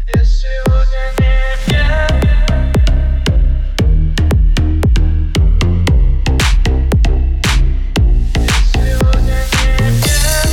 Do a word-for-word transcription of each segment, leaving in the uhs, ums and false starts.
Я сегодня не пьян. Я сегодня не пьян.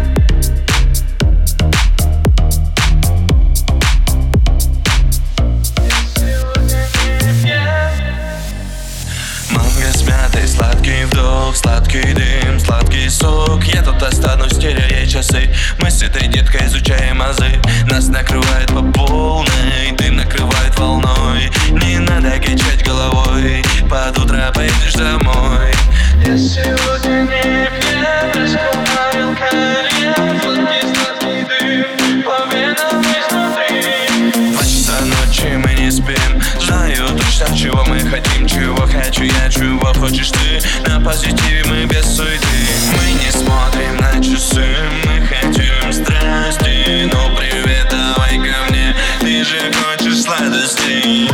Я сегодня не пьян. Манго с мятой, сладкий вдох, сладкий дым, сладкий сок. Я тут останусь, теряя часы. Мы с этой деткой изучаем азы. Нас накрывает по полной, дым накрывает волной. Не надо качать головой, под утро поедешь домой. Я сегодня не пьян. Раскупорил кальян. Сладкий, сладкий дым по венам изнутри. Два часа ночи мы не спим. Знаю точно, чего мы хотим. Чего хочу я, чего хочешь ты. На позитиве мы без суеты. Мы не смотрим на часы. Мы хотим страсти. Ну привет, давай ко мне. Ты же хочешь сладостей.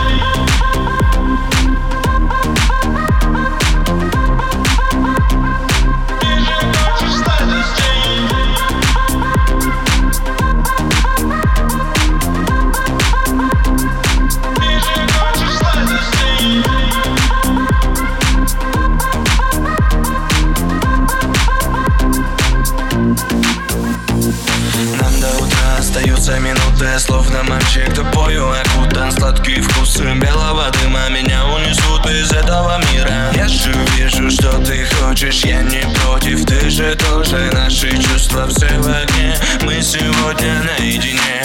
Остаются минуты, словно мальчик тупою окутан. Сладкие вкусы белого дыма меня унесут из этого мира. Я же вижу, что ты хочешь, я не против. Ты же тоже, наши чувства все в огне. Мы сегодня наедине.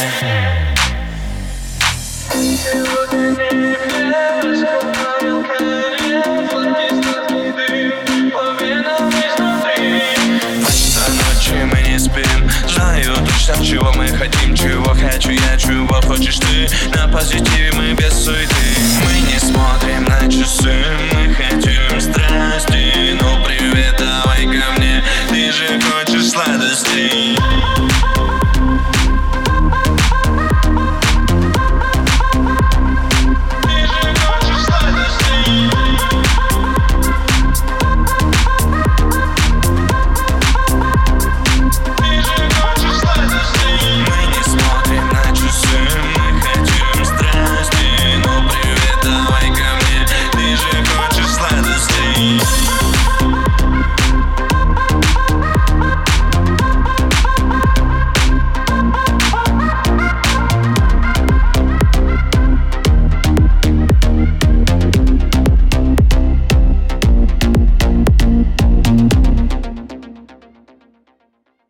Сегодня не пьян. Раскупорил кальян. Сладкий, сладкий дым по венам изнутри. Два часа ночи мы не спим. Знаю точно, чего мы хотим. Чего хочу я, чего хочешь ты. На позитиве мы без суеты.